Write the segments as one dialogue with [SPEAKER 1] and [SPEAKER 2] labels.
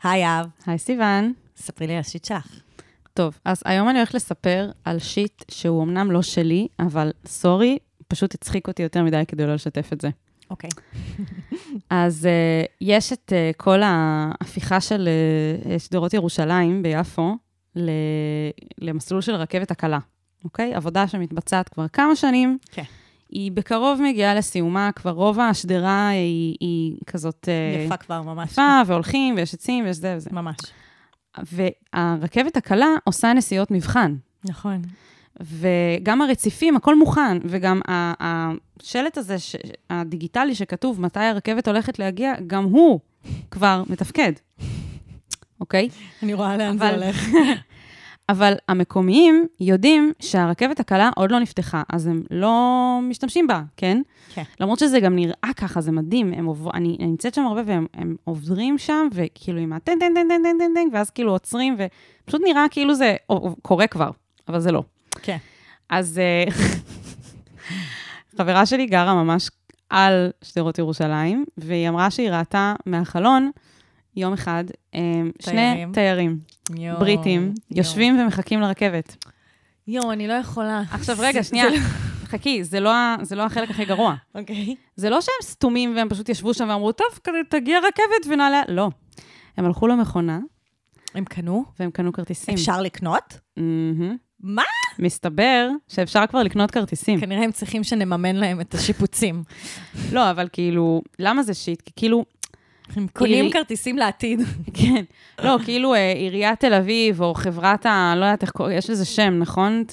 [SPEAKER 1] היי אב.
[SPEAKER 2] היי סיוון.
[SPEAKER 1] ספרי לי על השיט שלך.
[SPEAKER 2] טוב, אז היום אני הולכת לספר על שיט שהוא אמנם לא שלי, אבל סורי, פשוט הצחיק אותי יותר מדי כדי לא לשתף את זה.
[SPEAKER 1] אוקיי.
[SPEAKER 2] אז יש את כל ההפיכה של שדרות ירושלים ביפו למסלול של רכבת הקלה. אוקיי? עבודה שמתבצעת כבר כמה שנים.
[SPEAKER 1] כן.
[SPEAKER 2] היא בקרוב מגיעה לסיומה, כבר רוב השדרה היא כזאת...
[SPEAKER 1] יפה כבר ממש.
[SPEAKER 2] יפה, והולכים, ויש עצים, ויש זה וזה.
[SPEAKER 1] ממש.
[SPEAKER 2] והרכבת הקלה עושה נסיעות מבחן.
[SPEAKER 1] נכון.
[SPEAKER 2] וגם הרציפים, הכל מוכן, וגם השלט הזה, הדיגיטלי שכתוב מתי הרכבת הולכת להגיע, גם הוא כבר מתפקד. אוקיי?
[SPEAKER 1] אני רואה לאן זה הולך.
[SPEAKER 2] אבל המקומיים יודעים שהרכבת הקלה עוד לא נפתחה, אז הם לא משתמשים בה, כן?
[SPEAKER 1] כן.
[SPEAKER 2] למרות שזה גם נראה ככה, זה מדהים. אני נמצאת שם הרבה, והם עוברים שם, וכאילו עם הטן, טן, טן, טן, טן, טן, טן, ואז כאילו עוצרים, ופשוט נראה כאילו זה קורה כבר, אבל זה לא.
[SPEAKER 1] כן.
[SPEAKER 2] אז חברה שלי גרה ממש על שדרות ירושלים, והיא אמרה שהיא ראתה מהחלון, יום אחד, שני תיירים, בריטים, יושבים ומחכים לרכבת.
[SPEAKER 1] אני לא יכולה.
[SPEAKER 2] עכשיו רגע, שנייה, חכי, זה לא החלק הכי גרוע.
[SPEAKER 1] אוקיי.
[SPEAKER 2] זה לא שהם סתומים והם פשוט ישבו שם ואמרו, טוב, תגיע רכבת ונעלה. לא. הם הלכו למכונה.
[SPEAKER 1] הם קנו?
[SPEAKER 2] והם קנו כרטיסים.
[SPEAKER 1] אפשר לקנות? מה?
[SPEAKER 2] מסתבר שאפשר כבר לקנות כרטיסים.
[SPEAKER 1] כנראה הם צריכים שנממן להם את השיפוצים.
[SPEAKER 2] לא, אבל כאילו, למה זה שיט? כי כאילו...
[SPEAKER 1] הם קונים כרטיסים לעתיד.
[SPEAKER 2] כן. לא, כאילו עיריית תל אביב, או חברת לא יודעת איך קוראים, יש לזה שם, נכון?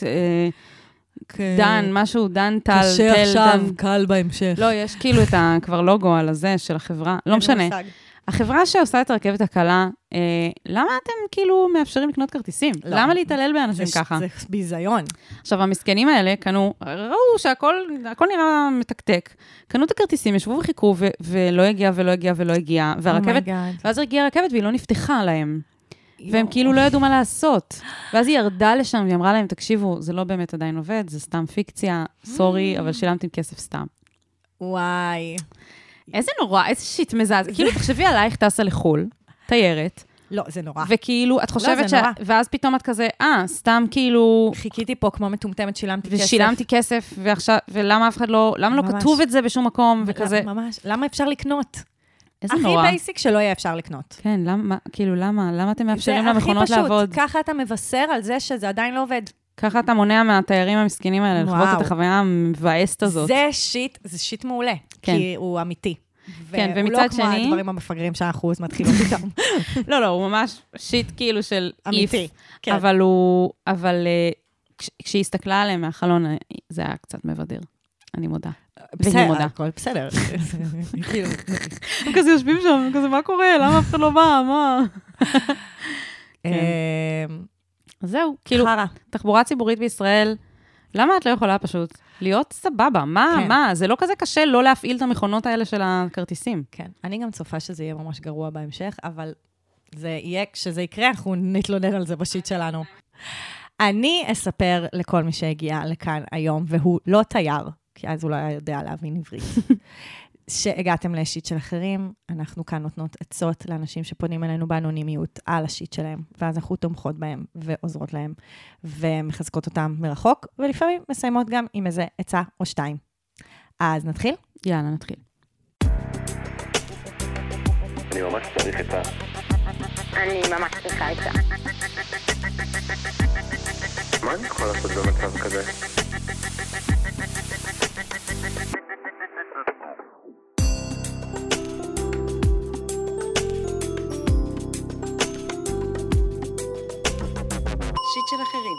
[SPEAKER 2] דן, משהו, דן טל.
[SPEAKER 1] קשה עכשיו, קל בהמשך.
[SPEAKER 2] לא, יש כאילו את כבר לוגו על הזה של החברה. לא משנה. החברה שעושה את הרכבת הקלה, למה אתם כאילו מאפשרים לקנות כרטיסים? למה להתעלל באנשים ככה?
[SPEAKER 1] זה ביזיון.
[SPEAKER 2] עכשיו, המסכנים האלה קנו, ראו שהכל נראה מתקתק, קנו את הכרטיסים, ישבו וחיכו, ולא הגיע ולא הגיע ולא הגיע, והרכבת, ואז הגיעה הרכבת והיא לא נפתחה להם. והם כאילו לא ידעו מה לעשות. ואז היא ירדה לשם והיא אמרה להם, תקשיבו, זה לא באמת עדיין עובד, זה סתם פיקציה, סורי, אבל שילמתם כסף סתם.
[SPEAKER 1] וואי.
[SPEAKER 2] איזה נורא, איזה שיט מזעז. כאילו, תחשבי עלייך טסה לחול, תיירת.
[SPEAKER 1] לא, זה נורא.
[SPEAKER 2] וכאילו, את חושבת ואז פתאום את כזה, סתם כאילו...
[SPEAKER 1] חיכיתי פה כמו מטומטמת, שילמתי כסף.
[SPEAKER 2] ושילמתי כסף, ועכשיו, ולמה אף אחד לא... למה לא כתוב את זה בשום מקום, וכזה...
[SPEAKER 1] ממש, למה אפשר לקנות?
[SPEAKER 2] איזה נורא.
[SPEAKER 1] הכי בייסיק שלא יהיה אפשר לקנות.
[SPEAKER 2] כן, כאילו, למה אתם מאפשרים למכונות לעבוד?
[SPEAKER 1] זה הכי פשוט, ככה אתה מבשר על זה שזה עדיין לא עובד.
[SPEAKER 2] ככה אתה מונע מהתיירים המסכנים האלה, לחוות את החוויה המבאסת הזאת.
[SPEAKER 1] זה שיט מעולה, כי הוא אמיתי.
[SPEAKER 2] כן, ומצד שני...
[SPEAKER 1] הוא לא כמו הדברים המפגרים שאנחנו מתחילות איתם.
[SPEAKER 2] לא, הוא ממש שיט כאילו של איף.
[SPEAKER 1] אמיתי, כן.
[SPEAKER 2] אבל כשהיא הסתכלה עליהם מהחלון, זה היה קצת מבדר. אני מודה.
[SPEAKER 1] בסדר, הכל בסדר.
[SPEAKER 2] הם כזה יושבים שם, כזה, מה קורה? למה אף אחד לא בא? מה? זהו, כאילו, תחבורה ציבורית בישראל, למה את לא יכולה פשוט להיות סבבה? מה? זה לא כזה קשה לא להפעיל את המכונות האלה של הכרטיסים.
[SPEAKER 1] כן, אני גם צופה שזה יהיה ממש גרוע בהמשך, אבל זה יהיה, כשזה יקרה, אנחנו נתלונן על זה בשיט שלנו. אני אספר לכל מי שהגיע לכאן היום, והוא לא תייר, כי אז הוא לא היה יודע להבין עברית. שהגעתם לשיט של אחרים, אנחנו כאן נותנות עצות לאנשים שפונים אלינו באנונימיות על השיט שלהם, ואז אנחנו תומכות בהם ועוזרות להם, ומחזקות אותם מרחוק, ולפעמים מסיימות גם עם איזה עצה או שתיים. אז נתחיל?
[SPEAKER 2] יאללה, נתחיל.
[SPEAKER 3] אני ממש צריך עצה.
[SPEAKER 4] אני ממש צריכה עצה.
[SPEAKER 3] מה אני יכול לעשות במצב כזה?
[SPEAKER 2] שיט של אחרים.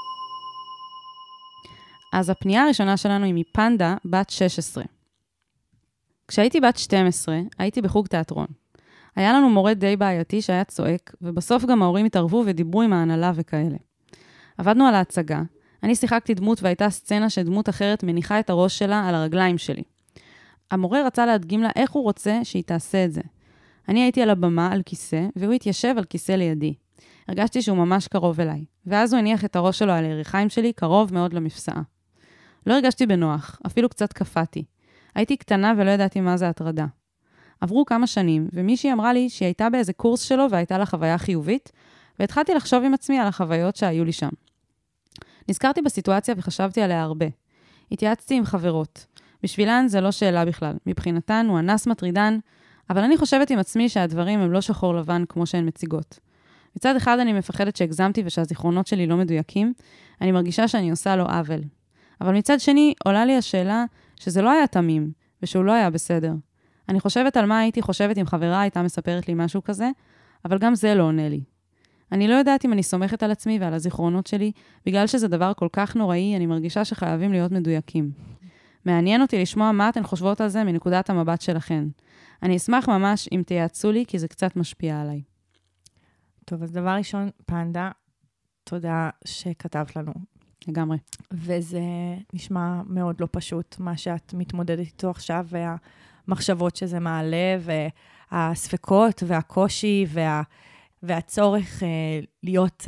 [SPEAKER 2] אז הפנייה הראשונה שלנו היא מפנדה, בת 16. כשהייתי בת 12, הייתי בחוג תיאטרון. היה לנו מורה די בעייתי שהיה צועק, ובסוף גם ההורים התערבו ודיברו עם ההנהלה וכאלה. עבדנו על ההצגה, אני שיחקתי דמות והייתה סצנה שדמות אחרת מניחה את הראש שלה על הרגליים שלי. המורה רצה להדגים לה איך הוא רוצה שהיא תעשה את זה. אני הייתי על הבמה על כיסא, והוא התיישב על כיסא לידי. הרגשתי שהוא ממש קרוב אליי, ואז הוא הניח את הראש שלו על הירכיים שלי קרוב מאוד למפסעה. לא הרגשתי בנוח, אפילו קצת קפאתי. הייתי קטנה ולא ידעתי מה זה הטרדה. עברו כמה שנים, ומישהי אמרה לי שהיא הייתה באיזה קורס שלו, והייתה לה חוויה חיובית, והתחלתי לחשוב עם עצמי על החוויות שהיו לי שם. נזכרתי בסיטואציה וחשבתי עליה הרבה. התייעצתי עם חברות. בשבילן זה לא שאלה בכלל. מבחינתן הוא אנס מטרידן, אבל אני חושבת עם עצמי שהדברים הם לא שחור לבן כמו שהן מציגות. מצד אחד אני מפחדת שהגזמתי ושהזיכרונות שלי לא מדויקים, אני מרגישה שאני עושה לו עוול. אבל מצד שני עולה לי השאלה שזה לא היה תמים, ושהוא לא היה בסדר. אני חושבת על מה הייתי חושבת אם חברה הייתה מספרת לי משהו כזה, אבל גם זה לא עונה לי. אני לא יודעת אם אני סומכת על עצמי ועל הזיכרונות שלי, בגלל שזה דבר כל כך נוראי, אני מרגישה שחייבים להיות מדויקים. מעניין אותי לשמוע מה אתן חושבות על זה מנקודת המבט שלכן. אני אשמח ממש אם תייעצו לי, כי זה קצת משפיע עליי.
[SPEAKER 1] טוב, אז דבר ראשון, פנדה, תודה שכתבת לנו.
[SPEAKER 2] לגמרי.
[SPEAKER 1] וזה נשמע מאוד לא פשוט, מה שאת מתמודדת איתו עכשיו, והמחשבות שזה מעלה, והספקות, והקושי, והצורך להיות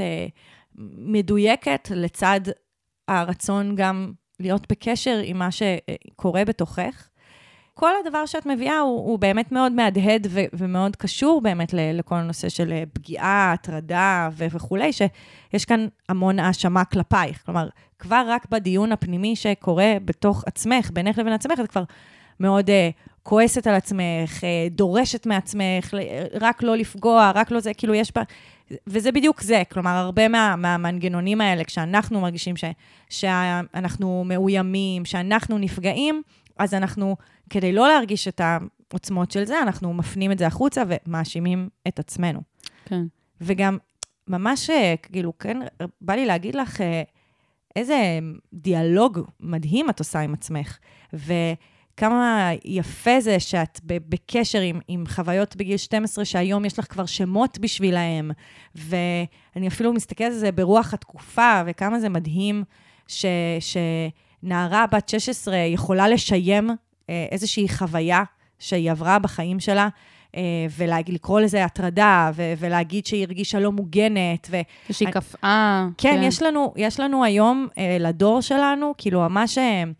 [SPEAKER 1] מדויקת, לצד הרצון גם להיות בקשר עם מה שקורה בתוכך. כל הדבר שאת מביאה הוא באמת מאוד מהדהד ומאוד קשור באמת לכל הנושא של פגיעה, הטרדה וכולי, שיש כאן המון האשמה כלפייך. כלומר, כבר רק בדיון הפנימי שקורה בתוך עצמך, בינך לבין עצמך, את כבר מאוד כועסת על עצמך, דורשת מעצמך, רק לא לפגוע, רק לא זה, כאילו יש בה... וזה בדיוק זה, כלומר, הרבה מהמנגנונים האלה, כשאנחנו מרגישים שאנחנו מאוימים, שאנחנו נפגעים, אז אנחנו, כדי לא להרגיש את העוצמות של זה, אנחנו מפנים את זה החוצה ומאשימים את עצמנו.
[SPEAKER 2] כן.
[SPEAKER 1] וגם ממש, כאילו, כן, בא לי להגיד לך, איזה דיאלוג מדהים את עושה עם עצמך, וכמה יפה זה שאת בקשר עם חוויות בגיל 12, שהיום יש לך כבר שמות בשבילהם, ואני אפילו מסתכלת על זה ברוח התקופה, וכמה זה מדהים שנערה בת 16 יכולה לשיים איזושהי חוויה שהיא עברה בחיים שלה, ולקרוא לזה הטרדה, ולהגיד שהיא הרגישה לא מוגנת.
[SPEAKER 2] ושהיא קפאה.
[SPEAKER 1] כן, יש לנו היום לדור שלנו, כאילו ממש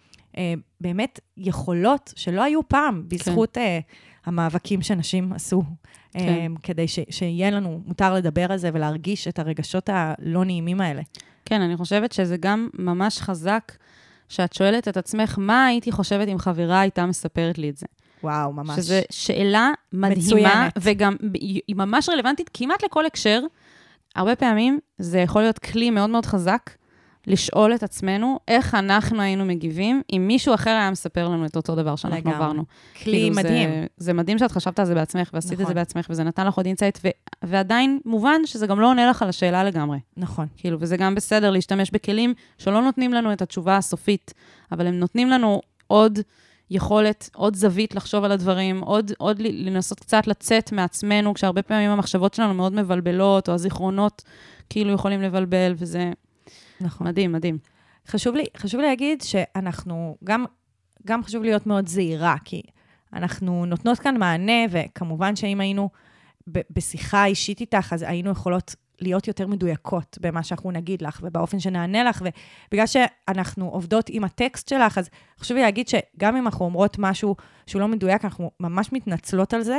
[SPEAKER 1] באמת יכולות שלא היו פעם, בזכות המאבקים שנשים עשו, כדי שיהיה לנו מותר לדבר על זה, ולהרגיש את הרגשות הלא נעימים האלה.
[SPEAKER 2] כן, אני חושבת שזה גם ממש חזק, שאת שואלת את עצמך, מה הייתי חושבת אם חברה הייתה מספרת לי את זה?
[SPEAKER 1] וואו, ממש.
[SPEAKER 2] שזו שאלה מדהימה, מצוינת. וגם היא ממש רלוונטית כמעט לכל הקשר. הרבה פעמים זה יכול להיות כלי מאוד מאוד חזק, לשאול את עצמנו איך אנחנו היינו מגיבים, אם מישהו אחר היה מספר לנו את אותו דבר שאנחנו עברנו.
[SPEAKER 1] כלי כאילו מדהים.
[SPEAKER 2] זה מדהים שאת חשבת על זה בעצמך, ועשית את זה בעצמך, וזה נתן לך עוד אינסייט, ועדיין מובן שזה גם לא עונה לך על השאלה לגמרי.
[SPEAKER 1] נכון.
[SPEAKER 2] כאילו, וזה גם בסדר להשתמש בכלים שלא נותנים לנו את התשובה הסופית, אבל הם נותנים לנו עוד יכולת, עוד זווית לחשוב על הדברים, עוד לנסות קצת לצאת מעצמנו, כשהרבה פעמים המחשבות שלנו מאוד מבלבלות, או הזיכרונות כאילו יכולים לבלבל, וזה
[SPEAKER 1] נכון.
[SPEAKER 2] מדהים, מדהים.
[SPEAKER 1] חשוב לי להגיד שאנחנו, גם חשוב להיות מאוד זהירה, כי אנחנו נותנות כאן מענה, וכמובן שאם היינו בשיחה אישית איתך, אז היינו יכולות להיות יותר מדויקות במה שאנחנו נגיד לך, ובאופן שנענה לך, ובגלל שאנחנו עובדות עם הטקסט שלך, אז חשוב לי להגיד שגם אם אנחנו אומרות משהו שהוא לא מדויק, אנחנו ממש מתנצלות על זה,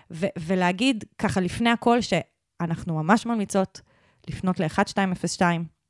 [SPEAKER 1] ולהגיד ככה לפני הכל, שאנחנו ממש ממליצות לפנות ל-1202,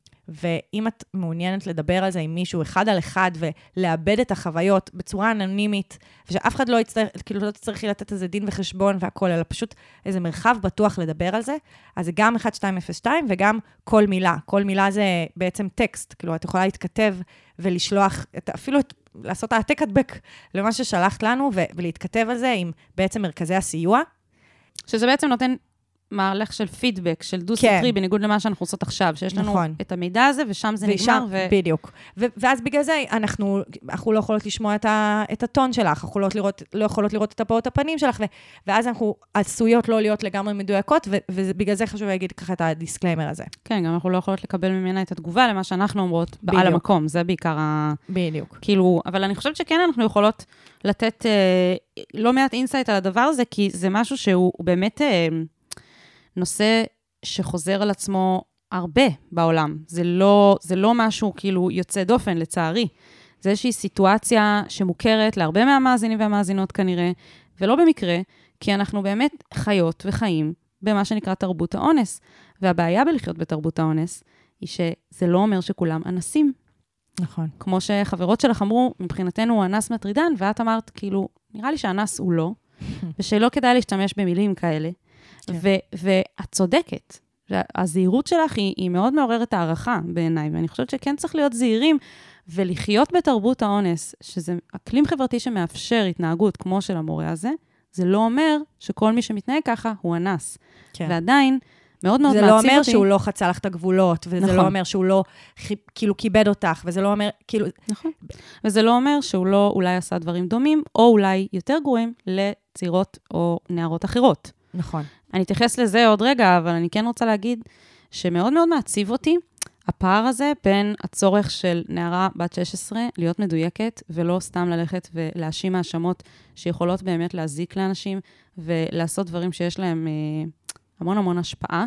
[SPEAKER 1] ואם את מעוניינת לדבר על זה עם מישהו אחד על אחד, ולאבד את החוויות בצורה אנונימית, ושאף אחד לא יצטרך, כאילו לא תצטרכי לתת איזה דין וחשבון והכל, אלא פשוט איזה מרחב בטוח לדבר על זה, אז זה גם 1202 וגם כל מילה. כל מילה זה בעצם טקסט, כאילו את יכולה להתכתב ולשלוח, אפילו לעשות העתק הדבק למה ששלחת לנו, ולהתכתב על זה עם בעצם מרכזי הסיוע.
[SPEAKER 2] שזה בעצם נותן מהלך של פידבק, של דו-סטרי, בניגוד למה שאנחנו עושות עכשיו, שיש לנו את המידע הזה, ושם זה נגמר.
[SPEAKER 1] בדיוק. ואז בגלל זה אנחנו לא יכולות לשמוע את הטון שלך, אנחנו לא יכולות לראות את הפעות הפנים שלך, ואז אנחנו עשויות לא להיות לגמרי מדויקות, ובגלל זה חשוב להגיד ככה את הדיסקליימר הזה.
[SPEAKER 2] כן, גם אנחנו לא יכולות לקבל ממנה את התגובה למה שאנחנו אומרות על המקום, זה בעיקר
[SPEAKER 1] בדיוק.
[SPEAKER 2] כאילו, אבל אני חושבת שכן אנחנו יכולות לתת לא מעט אינסייט על הדבר הזה, כי זה משהו שהוא באמת נושא שחוזר על עצמו הרבה בעולם. זה לא משהו כאילו יוצא דופן, לצערי. זה איזושהי סיטואציה שמוכרת להרבה מהמאזינים והמאזינות כנראה, ולא במקרה, כי אנחנו באמת חיות וחיים במה שנקרא תרבות האונס. והבעיה בלחיות בתרבות האונס, היא שזה לא אומר שכולם אנסים.
[SPEAKER 1] נכון.
[SPEAKER 2] כמו שחברות שלך אמרו, מבחינתנו הוא אנס מטרידן, ואת אמרת, כאילו, נראה לי שאנס הוא לא, ושלא כדאי להשתמש במילים כאלה. ואת צודקת. הזהירות שלך היא מאוד מעוררת הערכה בעיניי, ואני חושבת שכן צריך להיות זהירים, ולחיות בתרבות האונס, שזה אקלים חברתי שמאפשר התנהגות כמו של המורה הזה, זה לא אומר שכל מי שמתנהג ככה הוא אנס. כן. ועדיין, מאוד מאוד מעציב אותי.
[SPEAKER 1] זה לא אומר שהוא לא חצה לך את הגבולות, וזה נכון. לא אומר שהוא לא כאילו כיבד אותך, וזה לא אומר, כאילו...
[SPEAKER 2] נכון. וזה לא אומר שהוא לא אולי עשה דברים דומים, או אולי יותר גרועים לצעירות או נערות אחרות.
[SPEAKER 1] נכון.
[SPEAKER 2] אני אתייחס לזה עוד רגע, אבל אני כן רוצה להגיד שמאוד מאוד מעציב אותי, הפער הזה בין הצורך של נערה בת 16 להיות מדויקת, ולא סתם ללכת ולהאשים האשמות שיכולות באמת להזיק לאנשים, ולעשות דברים שיש להם המון המון השפעה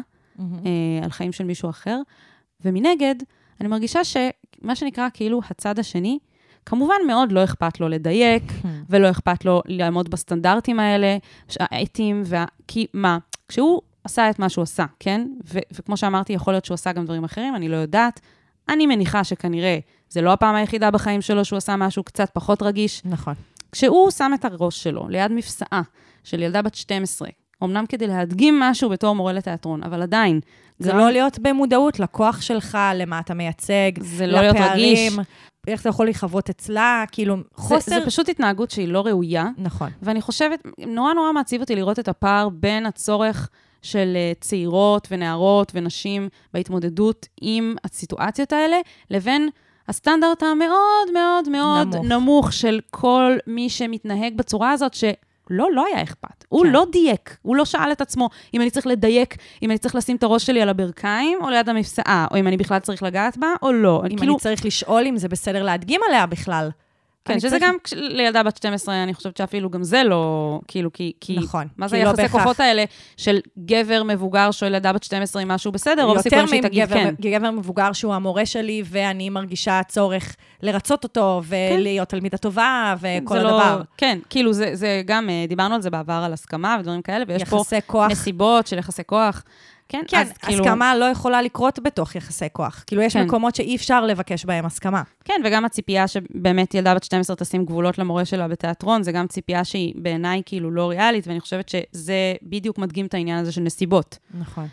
[SPEAKER 2] על חיים של מישהו אחר. ומנגד, אני מרגישה שמה שנקרא כאילו הצד השני, כמובן מאוד לא אכפת לו לדייק, ולא אכפת לו לעמוד בסטנדרטים האלה, האתיים, כי מה? כשהוא עשה את מה שהוא עשה, כן? וכמו שאמרתי, יכול להיות שהוא עשה גם דברים אחרים, אני לא יודעת. אני מניחה שכנראה זה לא הפעם היחידה בחיים שלו שהוא עשה משהו קצת פחות רגיש.
[SPEAKER 1] נכון.
[SPEAKER 2] כשהוא שם את הראש שלו ליד מפסעה של ילדה בת 12, אמנם כדי להדגים משהו בתור מורה לתיאטרון, אבל עדיין...
[SPEAKER 1] זה לא להיות במודעות לכוח שלך, למה אתה מייצג,
[SPEAKER 2] זה לא להיות רגיש.
[SPEAKER 1] איך אתה יכול לחוות אצלה, כאילו חוסר...
[SPEAKER 2] זה פשוט התנהגות שהיא לא ראויה.
[SPEAKER 1] נכון.
[SPEAKER 2] ואני חושבת, נורא נורא מעציב אותי לראות את הפער בין הצורך של צעירות ונערות ונשים בהתמודדות עם הסיטואציות האלה, לבין הסטנדרט המאוד מאוד מאוד נמוך של כל מי שמתנהג בצורה הזאת לא היה אכפת. הוא לא דייק, הוא לא שאל את עצמו אם אני צריך לדייק, אם אני צריך לשים את הראש שלי על הברכיים או ליד המפסעה, או אם אני בכלל צריך לגעת בה או לא.
[SPEAKER 1] אם אני צריך לשאול אם זה בסדר להדגים עליה בכלל.
[SPEAKER 2] כן, שזה גם לילדה בת 12, אני חושבת שאפילו גם זה לא, כאילו, כי...
[SPEAKER 1] נכון.
[SPEAKER 2] מה זה יחסי כוחות האלה של גבר מבוגר שואל ילדה בת 12 עם משהו בסדר, או בסיכוי שהיא תגיד כן.
[SPEAKER 1] גבר מבוגר שהוא המורה שלי, ואני מרגישה צורך לרצות אותו, ולהיות תלמידה טובה, וכל הדבר.
[SPEAKER 2] כן, כאילו, זה גם, דיברנו על זה בעבר, על הסכמה ודברים כאלה, ויש פה נסיבות של יחסי כוח.
[SPEAKER 1] כן, הסכמה לא יכולה לקרות בתוך יחסי כוח. כאילו, יש מקומות שאי אפשר לבקש בהם הסכמה.
[SPEAKER 2] כן, וגם הציפייה שבאמת ילדה בת 12 תשים גבולות למורה שלה בתיאטרון, זה גם ציפייה שהיא בעיניי כאילו לא ריאלית, ואני חושבת שזה בדיוק מדגים את העניין הזה של נסיבות.
[SPEAKER 1] נכון.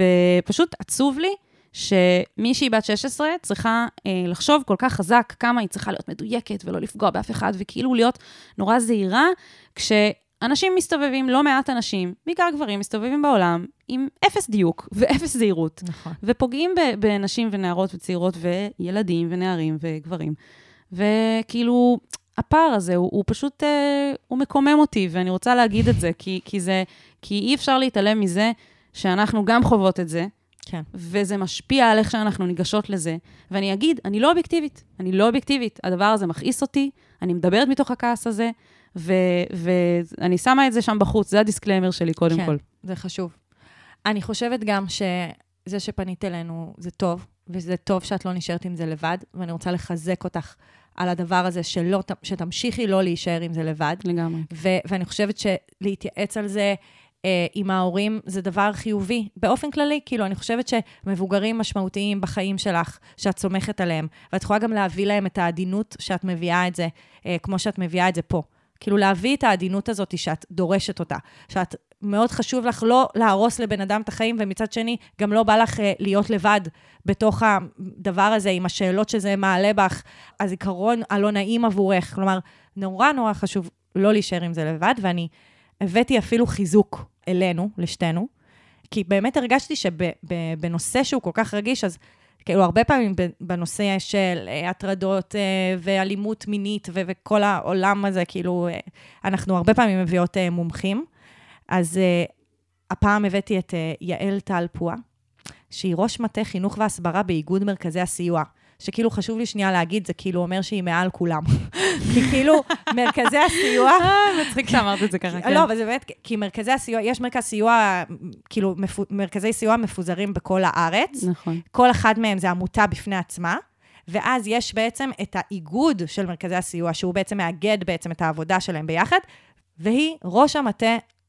[SPEAKER 2] ופשוט עצוב לי שמישהי בת 16 צריכה לחשוב כל כך חזק כמה היא צריכה להיות מדויקת ולא לפגוע באף אחד, וכאילו להיות נורא זהירה, אנשים מסתובבים, לא מעט אנשים, בעיקר גברים, מסתובבים בעולם עם אפס דיוק ואפס זהירות.
[SPEAKER 1] נכון.
[SPEAKER 2] ופוגעים בנשים ונערות וצעירות וילדים ונערים וגברים. וכאילו, הפער הזה הוא פשוט, הוא מקומם אותי, ואני רוצה להגיד את זה, כי אי אפשר להתעלם מזה שאנחנו גם חוות את זה,
[SPEAKER 1] כן.
[SPEAKER 2] וזה משפיע על איך שאנחנו ניגשות לזה. ואני אגיד, אני לא אובייקטיבית. הדבר הזה מכעיס אותי, אני מדברת מתוך הכעס הזה, ואני שמה את זה שם בחוץ, זה הדיסקליימר שלי קודם כל.
[SPEAKER 1] כן, זה חשוב. אני חושבת גם שזה שפנית אלינו זה טוב, וזה טוב שאת לא נשארת עם זה לבד, ואני רוצה לחזק אותך על הדבר הזה שתמשיכי לא להישאר עם זה לבד.
[SPEAKER 2] לגמרי.
[SPEAKER 1] ואני חושבת שלהתייעץ על זה עם ההורים זה דבר חיובי. באופן כללי, כאילו, אני חושבת שמבוגרים משמעותיים בחיים שלך, שאת סומכת עליהם, ואת יכולה גם להביא להם את העדינות שאת מביאה את זה, כמו שאת מביאה את זה פה. כאילו להביא את העדינות הזאת שאת דורשת אותה, שאת מאוד חשוב לך לא להרוס לבן אדם את החיים, ומצד שני גם לא בא לך להיות לבד בתוך הדבר הזה, עם השאלות שזה מעלה בך, הזיכרון הלא נעים עבורך, כלומר, נורא נורא חשוב לא להישאר עם זה לבד, ואני הבאתי אפילו חיזוק אלינו, לשתינו, כי באמת הרגשתי שבנושא שהוא כל כך רגיש, אז כאילו, הרבה פעמים בנושא של הטרדות ואלימות מינית וכל העולם הזה, כאילו, אנחנו הרבה פעמים מביאות מומחים. אז הפעם הבאתי את יעל טל פועה, שהיא ראש מטה חינוך והסברה באיגוד מרכזי הסיוע. שכאילו חשוב לי שנייה להגיד, זה כאילו אומר שהיא מעל כולם. כי כאילו, מרכזי הסיוע...
[SPEAKER 2] מצחיק שאמרת את זה ככה, כן.
[SPEAKER 1] לא, אבל זה באמת, כי מרכזי הסיוע, יש מרכז סיוע, כאילו, מרכזי סיוע מפוזרים בכל הארץ.
[SPEAKER 2] נכון.
[SPEAKER 1] כל אחד מהם זה עמותה בפני עצמה, ואז יש בעצם את האיגוד של מרכזי הסיוע, שהוא בעצם מאגד בעצם את העבודה שלהם ביחד, והיא ראש המטה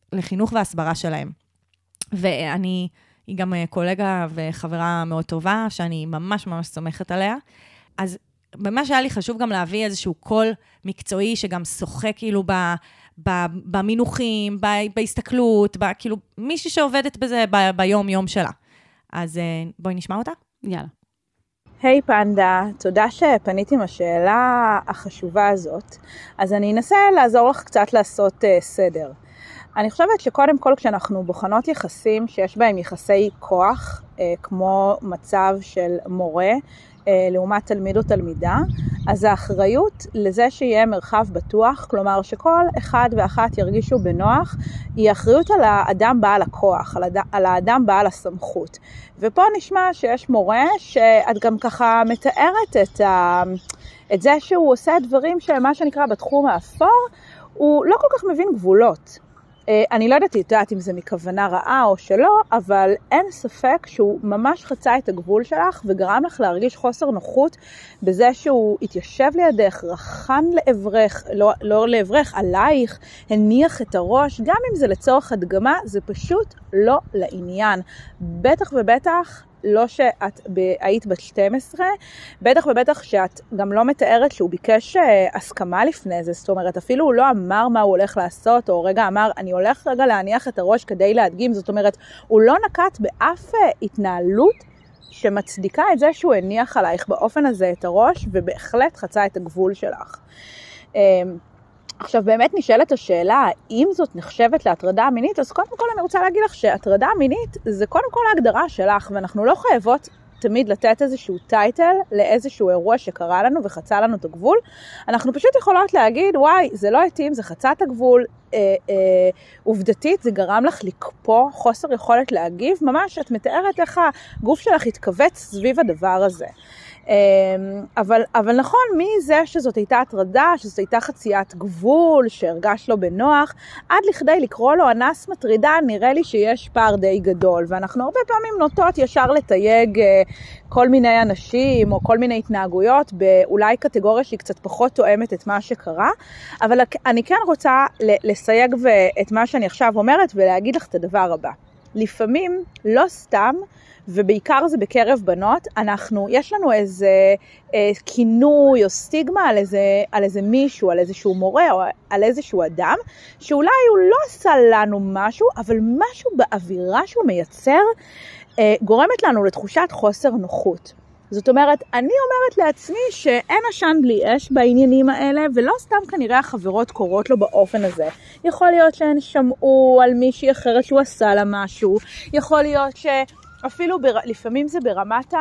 [SPEAKER 1] לחינוך והסברה שלהם. היא גם קולגה וחברה מאוד טובה, שאני ממש ממש סומכת עליה. אז ממש היה לי חשוב גם להביא איזשהו קול מקצועי, שגם שוחק כאילו במינוחים, בהסתכלות, כאילו מישהי שעובדת בזה ביום-יום שלה. אז בואי נשמע אותה.
[SPEAKER 2] יאללה.
[SPEAKER 5] היי פנדה, תודה שפנית עם השאלה החשובה הזאת. אז אני אנסה לעזור לך קצת לעשות סדר. אני חושבת שקודם כל כשאנחנו בוחנות יחסים שיש בהם יחסי כוח, כמו מצב של מורה, לעומת תלמיד או תלמידה, אז האחריות לזה שיהיה מרחב בטוח, כלומר שכל אחד ואחת ירגישו בנוח, היא אחריות על האדם בעל הכוח, על האדם בעל הסמכות. ופה נשמע שיש מורה שאת גם ככה מתארת את זה שהוא עושה דברים שמה שנקרא בתחום האפור, הוא לא כל כך מבין גבולות. אני לא יודעת אם זה מכוונה רעה או שלא, אבל אין ספק שהוא ממש חצה את הגבול שלך וגרם לך להרגיש חוסר נוחות בזה שהוא התיישב לידך, רחן לעברך, לא לעברך, עלייך, הניח את הראש, גם אם זה לצורך הדגמה, זה פשוט לא לעניין. בטח ובטח לא שאת היית בת 12, בטח ובטח שאת גם לא מתארת שהוא ביקש הסכמה לפני זה, זאת אומרת, אפילו הוא לא אמר מה הוא הולך לעשות, או רגע אמר, אני הולך רגע להניח את הראש כדי להדגים, זאת אומרת, הוא לא נקט באף התנהלות שמצדיקה את זה שהוא הניח עלייך באופן הזה את הראש, ובהחלט חצה את הגבול שלך. עכשיו באמת נשאלת השאלה, האם זאת נחשבת להטרדה מינית? אז קודם כל אני רוצה להגיד לך שהטרדה מינית זה קודם כל ההגדרה שלך, ואנחנו לא חייבות תמיד לתת איזשהו טייטל לאיזשהו אירוע שקרה לנו וחצה לנו את הגבול. אנחנו פשוט יכולות להגיד, וואי, זה לא התאים, זה חצה את הגבול, עובדתית, זה גרם לך לקפוא, חוסר יכולת להגיב, ממש את מתארת איך הגוף שלך התכווץ סביב הדבר הזה. אבל נכון, מי זה שזאת הייתה הטרדה, שזאת הייתה חציית גבול, שהרגש לו בנוח, עד לכדי לקרוא לו אנס מטרידה, נראה לי שיש פער די גדול, ואנחנו הרבה פעמים נוטות ישר לתייג כל מיני אנשים, או כל מיני התנהגויות, באולי קטגוריה שהיא קצת פחות תואמת את מה שקרה, אבל אני כן רוצה לסייג את מה שאני עכשיו אומרת, ולהגיד לך את הדבר הבא. לפעמים, לא סתם, ובעיקר זה בקרב בנות, יש לנו איזה כינוי או סטיגמה על איזה מישהו, על איזשהו מורה או על איזשהו אדם, שאולי הוא לא עשה לנו משהו, אבל משהו באווירה שהוא מייצר, גורמת לנו לתחושת חוסר נוחות. זאת אומרת, אני אומרת לעצמי שאין עשן בלי אש בעניינים האלה, ולא סתם כנראה החברות קורות לו באופן הזה. יכול להיות שהן שמעו על מישהי אחרת שהוא עשה לה משהו, יכול להיות אפילו לפעמים זה ברמת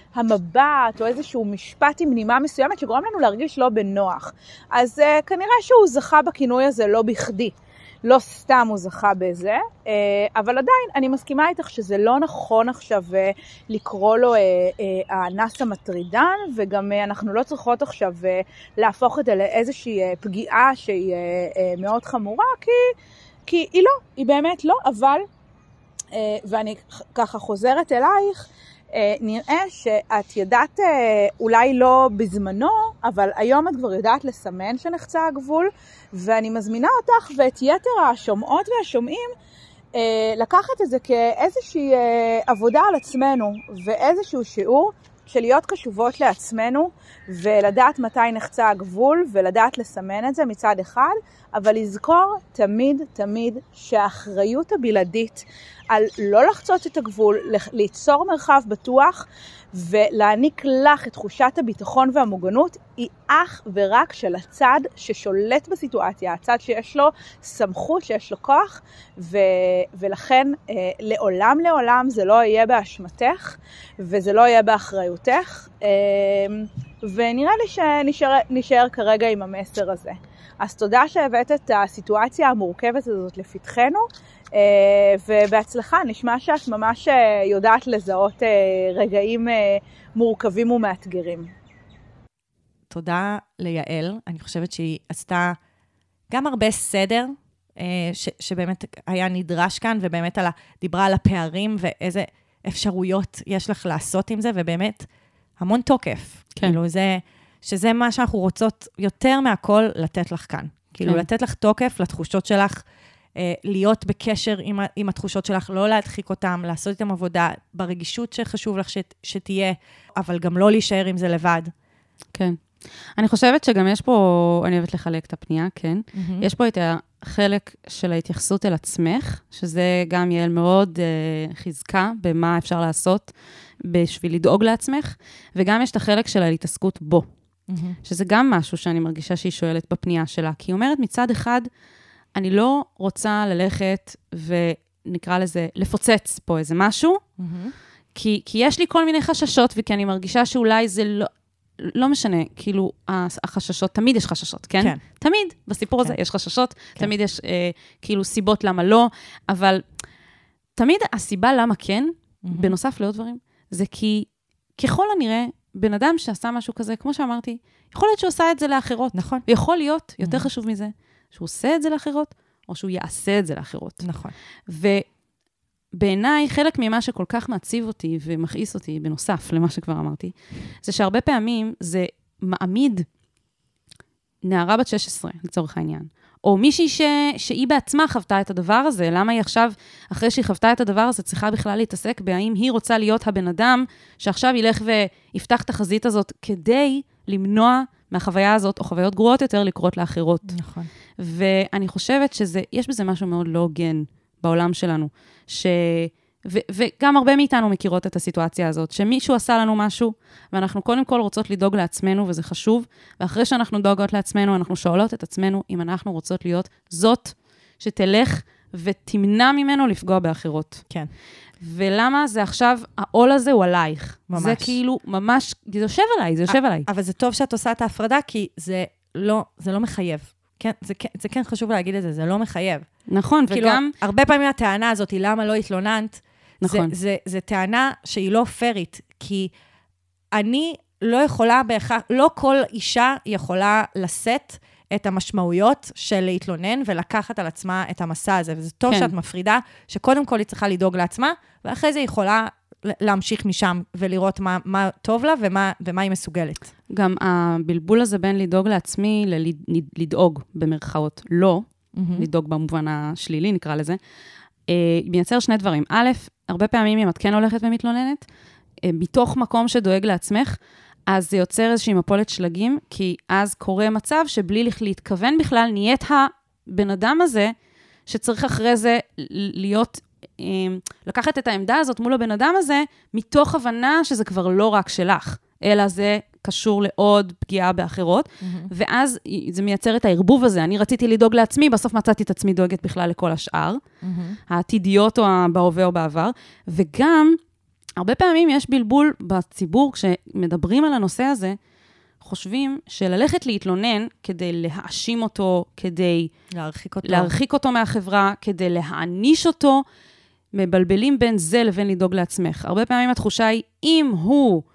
[SPEAKER 5] המבט או איזשהו משפט עם נימה מסוימת שגורם לנו להרגיש לא בנוח. אז כנראה שהוא זכה בכינוי הזה לא בכדי. לא סתם הוא זכה בזה, אבל עדיין אני מסכימה איתך שזה לא נכון עכשיו לקרוא לו האנס המטרידן, וגם אנחנו לא צריכות עכשיו להפוך את זה לאיזושהי פגיעה שהיא מאוד חמורה, כי היא לא, היא באמת לא, אבל ואני ככה חוזרת אלייך, נראה שאת ידעת אולי לא בזמנו, אבל היום את כבר יודעת לסמן שנחצה הגבול, ואני מזמינה אותך ואת יתר השומעות והשומעים לקחת את זה כאיזושהי עבודה על עצמנו, ואיזשהו שיעור של להיות קשובות לעצמנו, ולדעת מתי נחצה הגבול, ולדעת לסמן את זה מצד אחד, אבל לזכור תמיד תמיד שהאחריות הבלעדית על לא לחצות את הגבול, ליצור מרחב בטוח, ולהעניק לך את תחושת הביטחון והמוגנות, היא אך ורק של הצד ששולט בסיטואציה, הצד שיש לו סמכות, שיש לו כוח, ולכן לעולם זה לא יהיה באשמתך, וזה לא יהיה באחריותך, ונראה לי שנשאר כרגע עם המסר הזה. אז תודה שהבאת את הסיטואציה המורכבת הזאת לפתחנו, ובהצלחה, נשמע שאת ממש יודעת לזהות רגעים מורכבים ומאתגרים.
[SPEAKER 1] תודה ליעל, אני חושבת שהיא עשתה גם הרבה סדר, שבאמת היה נדרש כאן, ובאמת דיברה על הפערים, ואיזה אפשרויות יש לך לעשות עם זה, ובאמת המון תוקף.
[SPEAKER 2] כן.
[SPEAKER 1] כאילו שזה מה שאנחנו רוצות יותר מהכל לתת לך כאן. כאילו לתת לך תוקף לתחושות שלך, להיות בקשר עם התחושות שלך, לא להדחיק אותם, לעשות איתם עבודה ברגישות שחשוב לך שתהיה, אבל גם לא להישאר עם זה לבד.
[SPEAKER 2] כן. אני חושבת שגם יש פה, אני אוהבת לחלק את הפנייה, כן? יש פה את החלק של ההתייחסות אל עצמך, שזה גם יעל מאוד חזקה במה אפשר לעשות בשביל לדאוג לעצמך, וגם יש את החלק של ההתעסקות בו, שזה גם משהו שאני מרגישה שהיא שואלת בפנייה שלה, כי היא אומרת מצד אחד, אני לא רוצה ללכת ונקרא לזה, לפוצץ פה איזה משהו, כי יש לי כל מיני חששות, וכי אני מרגישה שאולי זה לא משנה, כאילו, החששות, תמיד יש חששות, כן?
[SPEAKER 1] כן.
[SPEAKER 2] תמיד, בסיפור הזה יש חששות, תמיד יש כאילו סיבות למה לא, אבל תמיד הסיבה למה כן, בנוסף לעוד דברים, זה כי ככל הנראה, בן אדם שעשה משהו כזה, כמו שאמרתי, יכול להיות שהוא עושה את זה לאחרות.
[SPEAKER 1] נכון.
[SPEAKER 2] ויכול להיות, יותר חשוב מזה, שהוא עושה את זה לאחרות, או שהוא יעשה את זה לאחרות.
[SPEAKER 1] נכון.
[SPEAKER 2] ובעיניי, חלק ממה שכל כך מעציב אותי ומכעיס אותי, בנוסף למה שכבר אמרתי, זה שהרבה פעמים זה מעמיד נערה בת 16, לצורך העניין, או מישהי שהיא בעצמה חוותה את הדבר הזה, למה היא עכשיו, אחרי שהיא חוותה את הדבר הזה, צריכה בכלל להתעסק בהאם היא רוצה להיות הבן אדם, שעכשיו ילך ויפתח את החזית הזאת, כדי למנוע מהחוויה הזאת, או חוויות גרועות יותר, לקרות לאחרות.
[SPEAKER 1] נכון.
[SPEAKER 2] ואני חושבת שיש בזה משהו מאוד לא הוגן בעולם שלנו, וגם הרבה מאיתנו מכירות את הסיטואציה הזאת, שמישהו עשה לנו משהו, ואנחנו קודם כל רוצות לדאוג לעצמנו, וזה חשוב, ואחרי שאנחנו דואגות לעצמנו, אנחנו שואלות את עצמנו אם אנחנו רוצות להיות זאת שתלך ותמנע ממנו לפגוע באחרות.
[SPEAKER 1] כן.
[SPEAKER 2] ולמה זה עכשיו, העול הזה הוא עלייך.
[SPEAKER 1] ממש.
[SPEAKER 2] זה כאילו ממש, זה יושב עליי.
[SPEAKER 1] אבל זה טוב שאת עושה את ההפרדה, כי זה לא מחייב. כן, זה כן חשוב להגיד את זה, זה לא מחייב.
[SPEAKER 2] נכון,
[SPEAKER 1] כאילו,
[SPEAKER 2] וגם...
[SPEAKER 1] הרבה פעמים הטענה הזאת היא למה לא התלוננת,
[SPEAKER 2] נכון.
[SPEAKER 1] זה טענה שהיא לא פרית, כי אני לא יכולה לא כל אישה יכולה לשאת את המשמעויות של להתלונן ולקחת על עצמה את המסע הזה, וזה טוב שאת מפרידה, שקודם כל היא צריכה לדאוג לעצמה, ואחרי זה היא יכולה להמשיך משם ולראות מה טוב לה ומה היא מסוגלת.
[SPEAKER 2] גם הבלבול הזה בין לדאוג לעצמי לדאוג במרכאות לא, לדאוג במובן השלילי נקרא לזה, מייצר שני דברים. א', הרבה פעמים אם את כן הולכת ומתלוננת, מתוך מקום שדואג לעצמך, אז זה יוצר איזושהי מפולת שלגים, כי אז קורה מצב שבלי להתכוון בכלל, נהיית הבן אדם הזה, שצריך אחרי זה להיות, לקחת את העמדה הזאת מול הבן אדם הזה, מתוך הבנה שזה כבר לא רק שלך, אלא זה קשור לעוד פגיעה באחרות, ואז זה מייצר את הערבוב הזה. אני רציתי לדאוג לעצמי, בסוף מצאתי את עצמי דואגת בכלל לכל השאר, העתידיות או בהווה או בעבר, וגם הרבה פעמים יש בלבול בציבור, כשמדברים על הנושא הזה, חושבים שללכת להתלונן כדי להאשים אותו, כדי להרחיק אותו מהחברה, כדי להעניש אותו, מבלבלים בין זה לבין לדאוג לעצמך. הרבה פעמים התחושה היא, אם הוא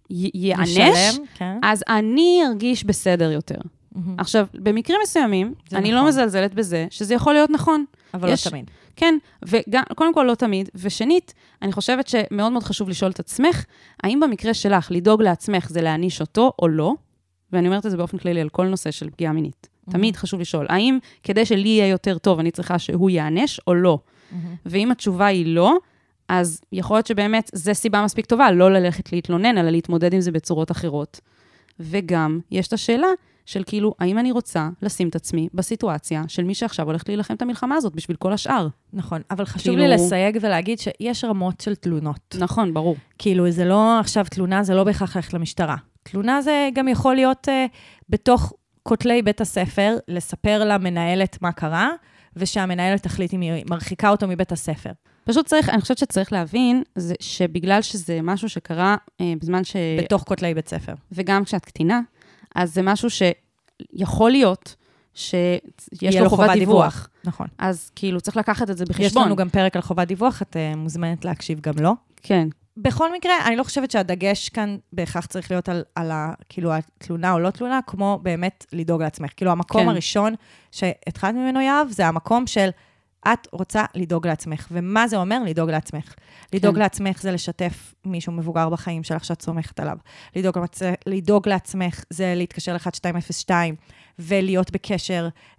[SPEAKER 2] יענש, אז אני ארגיש בסדר יותר. עכשיו, במקרים מסוימים, אני לא מזלזלת בזה, שזה יכול להיות נכון.
[SPEAKER 1] אבל לא תמיד.
[SPEAKER 2] כן, וקודם כל לא תמיד, ושנית, אני חושבת שמאוד מאוד חשוב לשאול את עצמך, האם במקרה שלך לדאוג לעצמך זה להעניש אותו או לא? ואני אומרת את זה באופן כללי על כל נושא של פגיעה מינית. תמיד חשוב לשאול, האם כדי שלי יהיה יותר טוב, אני צריכה שהוא יענש או לא? ואם התשובה היא לא, אז יכול להיות שבאמת זה סיבה מספיק טובה, לא ללכת להתלונן, אלא להתמודד עם זה בצורות אחרות. וגם יש את השאלה של כאילו, האם אני רוצה לשים את עצמי בסיטואציה של מי שעכשיו הולכת להילחם את המלחמה הזאת בשביל כל השאר.
[SPEAKER 1] נכון, אבל חשוב לי לסייג ולהגיד שיש רמות של תלונות.
[SPEAKER 2] נכון, ברור.
[SPEAKER 1] כאילו, זה לא עכשיו תלונה, זה לא בהכרח ללכת למשטרה. תלונה זה גם יכול להיות בתוך כותלי בית הספר, לספר למנהלת מה קרה, ושהמנהלת תחליט אם היא מרחיקה אותו מבית הספר.
[SPEAKER 2] פשוט צריך, אני חושבת שצריך להבין, שבגלל שזה משהו שקרה בזמן
[SPEAKER 1] בתוך כותלי בית ספר.
[SPEAKER 2] וגם כשאת קטינה, אז זה משהו שיכול להיות שיש לו חובת דיווח.
[SPEAKER 1] נכון.
[SPEAKER 2] אז כאילו צריך לקחת את זה בחשבון.
[SPEAKER 1] יש לנו גם פרק על חובת דיווח, את מוזמנת להקשיב גם לא.
[SPEAKER 2] כן.
[SPEAKER 1] בכל מקרה, אני לא חושבת שהדגש כאן בהכרח צריך להיות על כאילו התלונה או לא תלונה, כמו באמת לדאוג לעצמך. כאילו המקום הראשון שהתחלת ממנו יאהב, זה המקום של את רוצה לדאוג לעצמך. ומה זה אומר? לדאוג לעצמך. לדאוג לעצמך זה לשתף מישהו מבוגר בחיים שלך שאת סומכת עליו. לדאוג לעצמך זה להתקשר ל-1202 ולהיות בקשר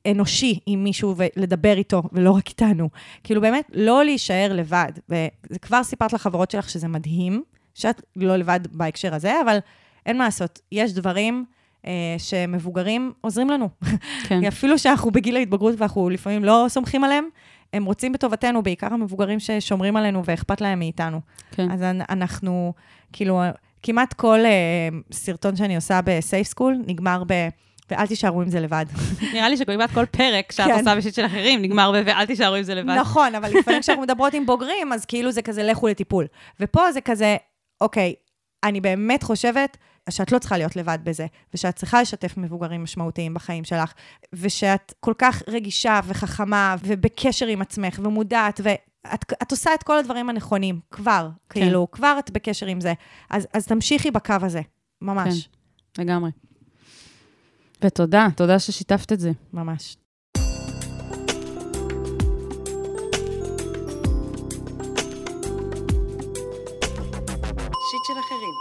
[SPEAKER 1] אנושי עם מישהו ולדבר איתו, ולא רק איתנו. כאילו באמת, לא להישאר לבד. וזה כבר סיפרת לחברות שלך שזה מדהים, שאת לא לבד בהקשר הזה, אבל אין מה לעשות. יש דברים שמבוגרים עוזרים לנו.
[SPEAKER 2] כן.
[SPEAKER 1] אפילו שאנחנו בגיל ההתבגרות ואנחנו לפעמים לא סומכים עליהם, הם רוצים בטובתנו, בעיקר המבוגרים ששומרים עלינו ואכפת להם מאיתנו.
[SPEAKER 2] כן.
[SPEAKER 1] אז אנחנו, כאילו, כמעט כל סרטון שאני עושה בסייף סקול נגמר ואל תישארו עם זה לבד.
[SPEAKER 2] נראה לי שכמעט כל פרק שאת
[SPEAKER 1] כן.
[SPEAKER 2] עושה בשיט של אחרים נגמר ואל תישארו עם זה לבד.
[SPEAKER 1] נכון, אבל לפעמים כשאנחנו מדברות עם בוגרים, אז כאילו זה כזה לכו לטיפול. ופה זה כזה, אוקיי, אני באמת חושבת שאת לא צריכה להיות לבד בזה, ושאת צריכה לשתף מבוגרים משמעותיים בחיים שלך, ושאת כל כך רגישה וחכמה, ובקשר עם עצמך, ומודעת, ואת עושה את כל הדברים הנכונים, כבר, כאילו, כבר את בקשר עם זה. אז תמשיכי בקו הזה, ממש.
[SPEAKER 2] כן, לגמרי. ותודה, תודה ששיתפת את זה.
[SPEAKER 1] ממש.
[SPEAKER 6] שיט של אחרים.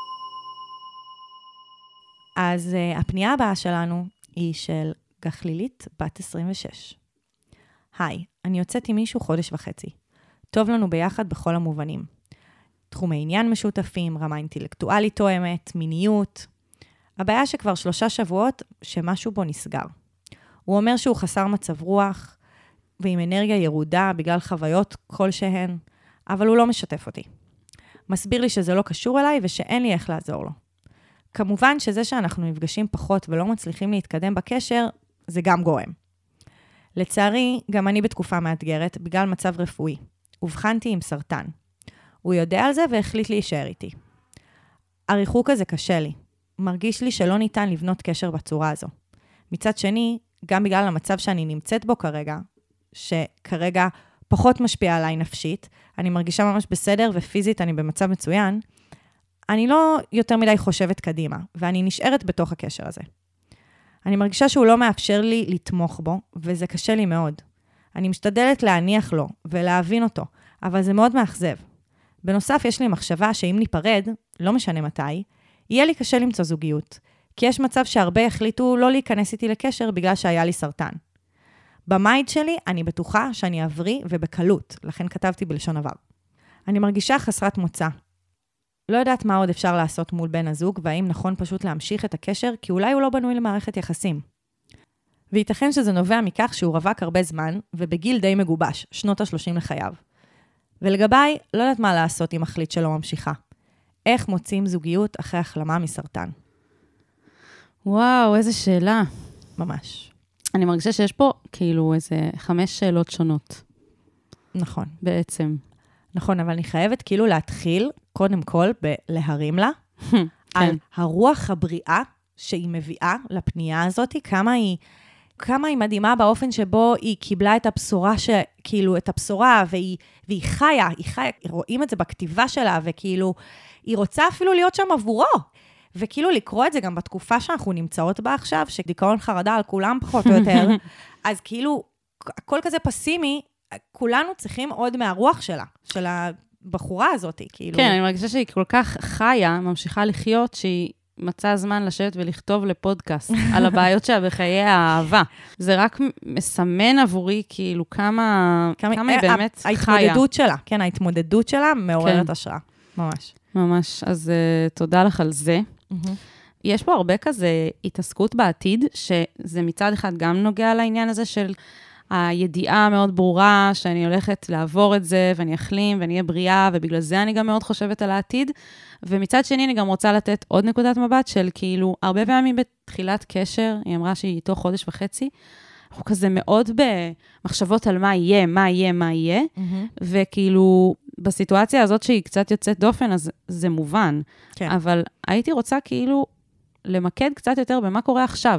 [SPEAKER 1] אז הפנייה הבאה שלנו היא של גחלילית, בת 26. היי, אני יוצאת עם מישהו חודש וחצי. טוב לנו ביחד בכל המובנים. תחומי עניין משותפים, רמה אינטלקטואלית תואמת, מיניות. הבעיה שכבר 3 שבועות שמשהו בו נסגר. הוא אומר שהוא חסר מצב רוח, ועם אנרגיה ירודה בגלל חוויות כלשהן, אבל הוא לא משתף אותי. מסביר לי שזה לא קשור אליי ושאין לי איך לעזור לו. כמובן שזה שאנחנו נפגשים פחות ולא מצליחים להתקדם בקשר, זה גם גורם. לצערי, גם אני בתקופה מאתגרת בגלל מצב רפואי. הובחנתי עם סרטן. הוא יודע על זה והחליט להישאר איתי. הריחוק הזה קשה לי. מרגיש לי שלא ניתן לבנות קשר בצורה הזו. מצד שני, גם בגלל המצב שאני נמצאת בו כרגע, שכרגע פחות משפיע עליי נפשית, אני מרגישה ממש בסדר ופיזית אני במצב מצוין, אני לא יותר מדי חושבת קדימה, ואני נשארת בתוך הקשר הזה. אני מרגישה שהוא לא מאפשר לי לתמוך בו, וזה קשה לי מאוד. אני משתדלת להניח לו ולהבין אותו, אבל זה מאוד מאכזב. בנוסף, יש לי מחשבה שאם ניפרד, לא משנה מתי, יהיה לי קשה למצוא זוגיות, כי יש מצב שהרבה החליטו לא להיכנס איתי לקשר בגלל שהיה לי סרטן. במייד שלי אני בטוחה שאני אבריא ובקלות, לכן כתבתי בלשון עבר. אני מרגישה חסרת מוצא. לא יודעת מה עוד אפשר לעשות מול בן הזוג, והאם נכון פשוט להמשיך את הקשר, כי אולי הוא לא בנוי למערכת יחסים. וייתכן שזה נובע מכך שהוא רווק הרבה זמן, ובגיל די מגובש, שנות ה-30 לחייו. ולגביי, לא יודעת מה לעשות אם מחליט שלא ממשיכה. איך מוצאים זוגיות אחרי החלמה מסרטן?
[SPEAKER 2] וואו, איזה שאלה.
[SPEAKER 1] ממש.
[SPEAKER 2] אני מרגישה שיש פה כאילו איזה 5 שאלות שונות.
[SPEAKER 1] נכון.
[SPEAKER 2] בעצם.
[SPEAKER 1] נכון, אבל אני חייבת כאילו להתחיל, קודם כל, בלהרים לה, על הרוח הבריאה שהיא מביאה לפנייה הזאת, כמה היא מדהימה באופן שבו היא קיבלה את הבשורה, כאילו את הבשורה, והיא חיה, רואים את זה בכתיבה שלה, וכאילו, היא רוצה אפילו להיות שם עבורו, וכאילו לקרוא את זה גם בתקופה שאנחנו נמצאות בה עכשיו, שדיכאון חרדה על כולם פחות או יותר, אז כאילו, הכל כזה פסימי, כולנו צריכים עוד מהרוח שלה, של הבחורה הזאת, כאילו.
[SPEAKER 2] כן, אני מרגישה שהיא כל כך חיה, ממשיכה לחיות, שהיא מצאה זמן לשבת ולכתוב לפודקאסט על הבעיות שלה בחיי האהבה. זה רק מסמן עבורי, כאילו, כמה היא באמת חיה.
[SPEAKER 1] ההתמודדות שלה, כן, ההתמודדות שלה מעוררת השראה, ממש.
[SPEAKER 2] ממש, אז תודה לך על זה. יש פה הרבה כזה התעסקות בעתיד, שזה מצד אחד גם נוגע לעניין הזה של הידיעה מאוד ברורה, שאני הולכת לעבור את זה, ואני אחלים, ואני אהיה בריאה, ובגלל זה אני גם מאוד חושבת על העתיד. ומצד שני, אני גם רוצה לתת עוד נקודת מבט של כאילו, הרבה פעמים בתחילת קשר, היא אמרה שהיא איתו חודש וחצי, אנחנו כזה מאוד במחשבות על מה יהיה, מה יהיה, מה יהיה, וכאילו, בסיטואציה הזאת שהיא קצת יוצאת דופן, אז זה מובן.
[SPEAKER 1] כן.
[SPEAKER 2] אבל הייתי רוצה כאילו למקד קצת יותר במה קורה עכשיו.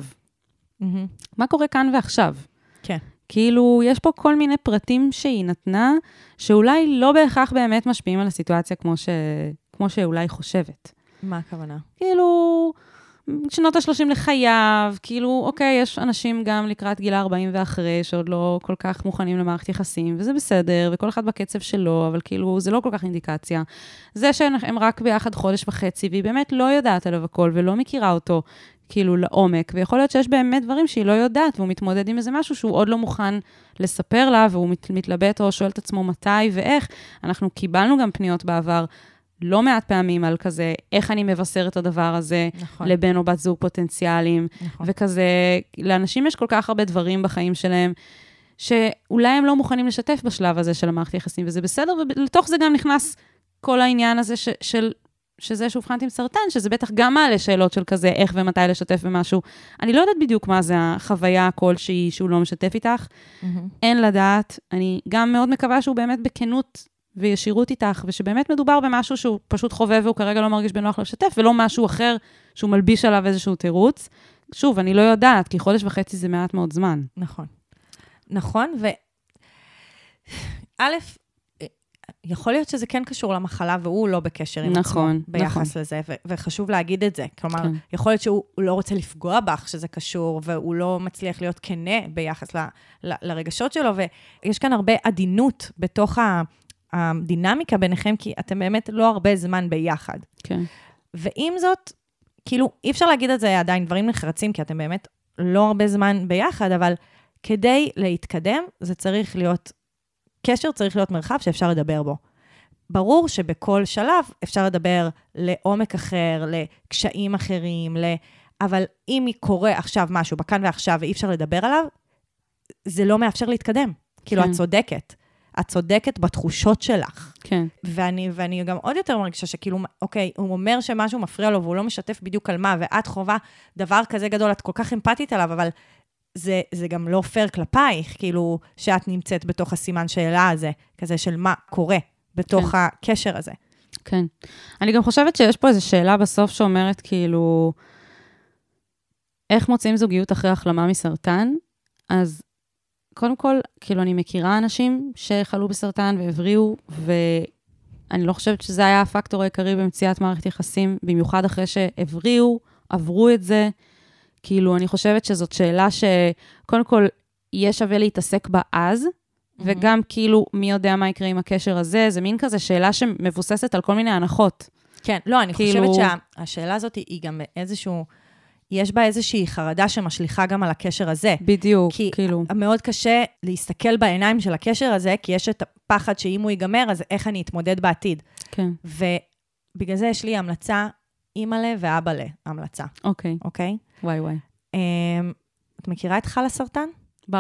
[SPEAKER 2] מה קורה כאן ועכשיו.
[SPEAKER 1] כן.
[SPEAKER 2] כאילו, יש פה כל מיני פרטים שהיא נתנה, שאולי לא בהכרח באמת משפיעים על הסיטואציה כמו שאולי חושבת.
[SPEAKER 1] מה הכוונה?
[SPEAKER 2] כאילו, שנות ה-30 לחייו, כאילו, אוקיי, יש אנשים גם לקראת גיל 40 ואחרי, שעוד לא כל כך מוכנים למערכת יחסים, וזה בסדר, וכל אחד בקצב שלו, אבל כאילו, זה לא כל כך אינדיקציה. זה שהם רק ביחד חודש וחצי, והיא באמת לא יודעת עליו הכל, ולא מכירה אותו, כאילו לעומק, ויכול להיות שיש באמת דברים שהיא לא יודעת, והוא מתמודד עם איזה משהו שהוא עוד לא מוכן לספר לה, והוא מתלבט או שואל את עצמו מתי ואיך. אנחנו קיבלנו גם פניות בעבר, לא מעט פעמים על כזה, איך אני מבשר את הדבר הזה,
[SPEAKER 1] נכון.
[SPEAKER 2] לבן או בת זוג פוטנציאליים,
[SPEAKER 1] נכון.
[SPEAKER 2] וכזה, לאנשים יש כל כך הרבה דברים בחיים שלהם, שאולי הם לא מוכנים לשתף בשלב הזה של המערכת יחסים, וזה בסדר, ולתוך זה גם נכנס כל העניין הזה שזה שאובחנתי עם סרטן, שזה בטח גם מעלה שאלות של כזה, איך ומתי לשתף במשהו. אני לא יודעת בדיוק מה זה החוויה כלשהי שהוא לא משתף איתך, אין לדעת, אני גם מאוד מקווה שהוא באמת בכנות וישירות איתך, ושבאמת מדובר במשהו שהוא פשוט חווה, והוא כרגע לא מרגיש בנוח לשתף, ולא משהו אחר שהוא מלביש עליו איזשהו תירוץ. שוב, אני לא יודעת, כי 1.5 חודש זה מעט מאוד זמן.
[SPEAKER 1] נכון. נכון, א', יכול להיות שזה כן קשור למחלה, והוא לא בקשר עם עצמו ביחס לזה, וחשוב להגיד את זה. כלומר, יכול להיות שהוא לא רוצה לפגוע בך שזה קשור, והוא לא מצליח להיות כנה ביחס לרגשות שלו, ויש כאן הרבה עדינות בתוך הדינמיקה ביניכם, כי אתם באמת לא הרבה זמן ביחד.
[SPEAKER 2] כן.
[SPEAKER 1] ועם זאת, כאילו, אי אפשר להגיד את זה עדיין דברים נחרצים, כי אתם באמת לא הרבה זמן ביחד, אבל כדי להתקדם, זה צריך להיות קשר, צריך להיות מרחב שאפשר לדבר בו. ברור שבכל שלב אפשר לדבר לעומק אחר, לקשיים אחרים, אבל אם קורה עכשיו משהו, בכאן ועכשיו, ואי אפשר לדבר עליו, זה לא מאפשר להתקדם. כאילו, את צודקת. את צודקת בתחושות שלך.
[SPEAKER 2] כן.
[SPEAKER 1] ואני גם עוד יותר מרגישה שכאילו, אוקיי, הוא אומר שמשהו מפריע לו, והוא לא משתף בדיוק על מה, ואת חובה דבר כזה גדול, את כל כך אמפתית עליו, אבל זה גם לא פייר כלפייך, כאילו, שאת נמצאת בתוך הסימן שאלה הזה, כזה של מה קורה בתוך הקשר הזה.
[SPEAKER 2] כן. אני גם חושבת שיש פה איזו שאלה בסוף שאומרת, כאילו, איך מוצאים זוגיות אחרי החלמה מסרטן? אז קודם כל, כאילו, אני מכירה אנשים שחלו בסרטן והבריאו, ואני לא חושבת שזה היה הפקטור העיקרי במציאת מערכת יחסים, במיוחד אחרי שהבריאו, עברו את זה. כאילו, אני חושבת שזאת שאלה שקודם כל, יהיה שווה להתעסק בה אז, וגם כאילו, מי יודע מה יקרה עם הקשר הזה, זה מין כזה שאלה שמבוססת על כל מיני הנחות.
[SPEAKER 1] כן, לא, אני חושבת שהשאלה הזאת היא גם איזשהו, יש בה איזושהי חרדה שמשליחה גם על הקשר הזה.
[SPEAKER 2] בדיוק,
[SPEAKER 1] כאילו. כי מאוד קשה להסתכל בעיניים של הקשר הזה, כי יש את הפחד שאם הוא ייגמר, אז איך אני אתמודד בעתיד.
[SPEAKER 2] כן.
[SPEAKER 1] ובגלל זה יש לי המלצה, אימא'לה ואבא'לה, המלצה.
[SPEAKER 2] אוקיי.
[SPEAKER 1] אוקיי?
[SPEAKER 2] וואי.
[SPEAKER 1] את מכירה את חלה סרטן?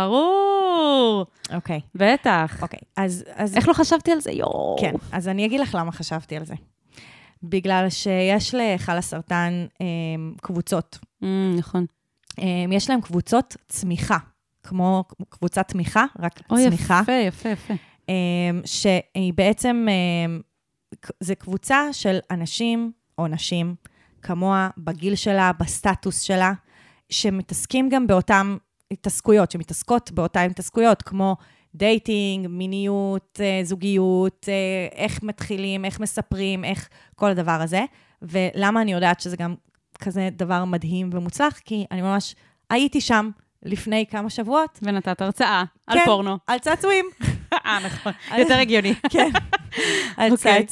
[SPEAKER 2] ברור.
[SPEAKER 1] אוקיי.
[SPEAKER 2] בטח.
[SPEAKER 1] אוקיי, אז
[SPEAKER 2] איך לא חשבתי על זה? יואו.
[SPEAKER 1] כן, אז אני אגיד לך למה חשבתי על זה. בגלל שיש לחלה סרטן קבוצות.
[SPEAKER 2] נכון.
[SPEAKER 1] יש להם קבוצות צמיחה, כמו קבוצת תמיכה, רק צמיחה.
[SPEAKER 2] יפה.
[SPEAKER 1] שהיא בעצם, זה קבוצה של אנשים או נשים, כמוה בגיל שלה, בסטטוס שלה, שמתעסקים גם באותן התעסקויות, שמתעסקות באותן התעסקויות, כמו דייטינג, מיניות, זוגיות, איך מתחילים, איך מספרים, איך כל הדבר הזה. ולמה אני יודעת שזה גם כזה דבר מדהים ומוצלח? כי אני ממש הייתי שם לפני כמה שבועות.
[SPEAKER 2] ונתת הרצאה על פורנו.
[SPEAKER 1] על צעצועים.
[SPEAKER 2] נכון. יותר הגיוני.
[SPEAKER 1] כן. על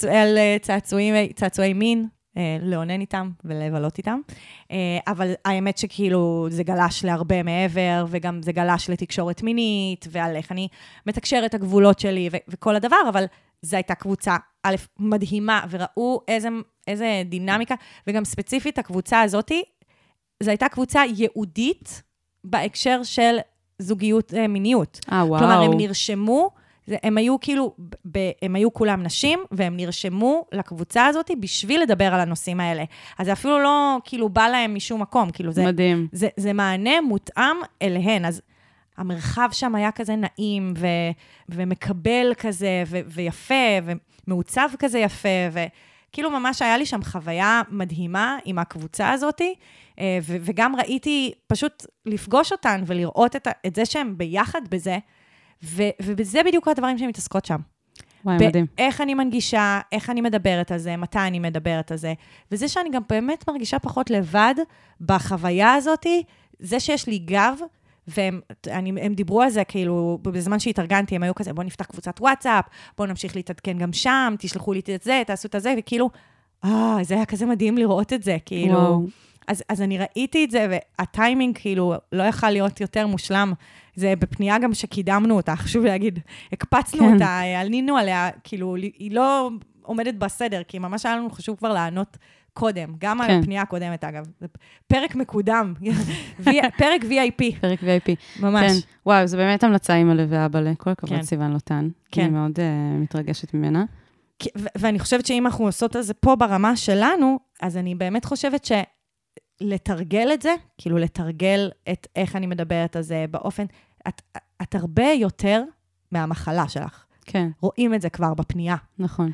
[SPEAKER 1] צעצועי מין. לעונן איתם ולבלות איתם. אבל האמת שכאילו זה גלש להרבה מעבר, וגם זה גלש לתקשורת מינית, ועל איך אני מתקשר את הגבולות שלי וכל הדבר, אבל זו הייתה קבוצה, א', מדהימה, וראו איזה דינמיקה, וגם ספציפית הקבוצה הזאת, זו הייתה קבוצה ייעודית בהקשר של זוגיות מיניות.
[SPEAKER 2] וואו.
[SPEAKER 1] כלומר, הם נרשמו, הם היו כאילו, הם היו כולם נשים, והם נרשמו לקבוצה הזאת בשביל לדבר על הנושאים האלה. אז זה אפילו לא כאילו בא להם משום מקום, כאילו זה,
[SPEAKER 2] מדהים.
[SPEAKER 1] זה מענה מותאם אליהן. אז המרחב שם היה כזה נעים, ומקבל כזה, ויפה, ומעוצב כזה יפה, וכאילו ממש היה לי שם חוויה מדהימה עם הקבוצה הזאת, וגם ראיתי פשוט לפגוש אותן, ולראות את זה שהם ביחד בזה, ובזה בדיוק הדברים שהן מתעסקות שם.
[SPEAKER 2] וואי, מדהים.
[SPEAKER 1] איך אני מנגישה, איך אני מדברת על זה, מתי אני מדברת על זה, וזה שאני גם באמת מרגישה פחות לבד בחוויה הזאת, זה שיש לי גב, והם דיברו על זה כאילו, בזמן שהתארגנתי, הם היו כזה, בואו נפתח קבוצת וואטסאפ, בואו נמשיך להתעדכן גם שם, תשלחו לי את זה, תעשו את זה, וכאילו, זה היה כזה מדהים לראות את זה, כאילו, אז אני ראיתי את זה, והטיימינג כאילו לא יכל להיות יותר מושלם. זה בפנייה גם שקידמנו אותה, חשוב להגיד, הקפצנו אותה, עלינו עליה, כאילו, היא לא עומדת בסדר, כי ממש היה לנו חשוב כבר לענות קודם, גם על הפנייה הקודמת, אגב. זה פרק מקודם, פרק VIP.
[SPEAKER 2] פרק VIP.
[SPEAKER 1] ממש.
[SPEAKER 2] כן, וואו, זה באמת המלצה אימא ואבא, כל הכבוד סיוון לוטן. אני מאוד מתרגשת ממנה.
[SPEAKER 1] ואני חושבת שאם אנחנו עושות את זה פה ברמה שלנו, אז אני באמת חושבת לתרגל את זה, כאילו לתרגל את איך אני מדברת על זה באופן, את הרבה יותר מהמחלה שלך.
[SPEAKER 2] כן.
[SPEAKER 1] רואים את זה כבר בפנייה.
[SPEAKER 2] נכון.